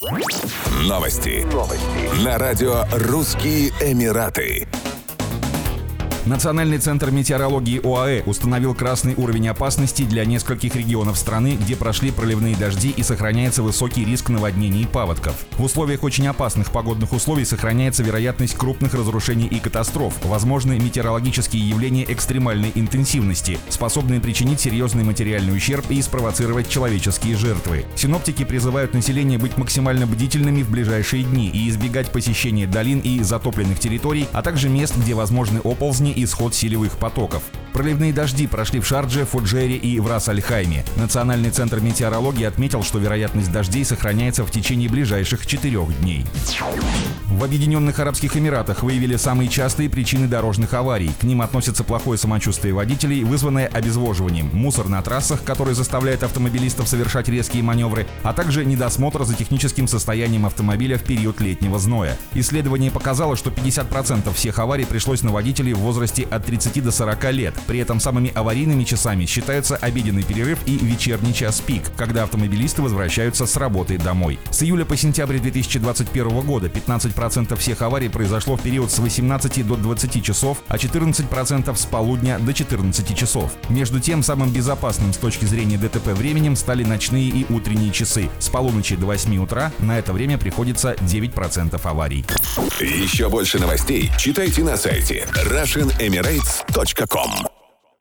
Новости. На радио «Русские Эмираты». Национальный центр метеорологии ОАЭ установил красный уровень опасности для нескольких регионов страны, где прошли проливные дожди и сохраняется высокий риск наводнений и паводков. В условиях очень опасных погодных условий сохраняется вероятность крупных разрушений и катастроф, возможны метеорологические явления экстремальной интенсивности, способные причинить серьезный материальный ущерб и спровоцировать человеческие жертвы. Синоптики призывают население быть максимально бдительными в ближайшие дни и избегать посещения долин и затопленных территорий, а также мест, где возможны оползни и сход селевых потоков. Проливные дожди прошли в Шардже, Фуджейре и в Рас-Аль-Хайме. Национальный центр метеорологии отметил, что вероятность дождей сохраняется в течение ближайших 4 дней. В Объединенных Арабских Эмиратах выявили самые частые причины дорожных аварий. К ним относятся плохое самочувствие водителей, вызванное обезвоживанием, мусор на трассах, который заставляет автомобилистов совершать резкие маневры, а также недосмотр за техническим состоянием автомобиля в период летнего зноя. Исследование показало, что 50% всех аварий пришлось на водителей в возрасте от 30 до 40 лет. При этом самыми аварийными часами считаются обеденный перерыв и вечерний час пик, когда автомобилисты возвращаются с работы домой. С июля по сентябрь 2021 года 15% всех аварий произошло в период с 18 до 20 часов, а 14% с полудня до 14 часов. Между тем, самым безопасным с точки зрения ДТП временем стали ночные и утренние часы. С полуночи до 8 утра на это время приходится 9% аварий. Еще больше новостей читайте на сайте RussianEmirates.com.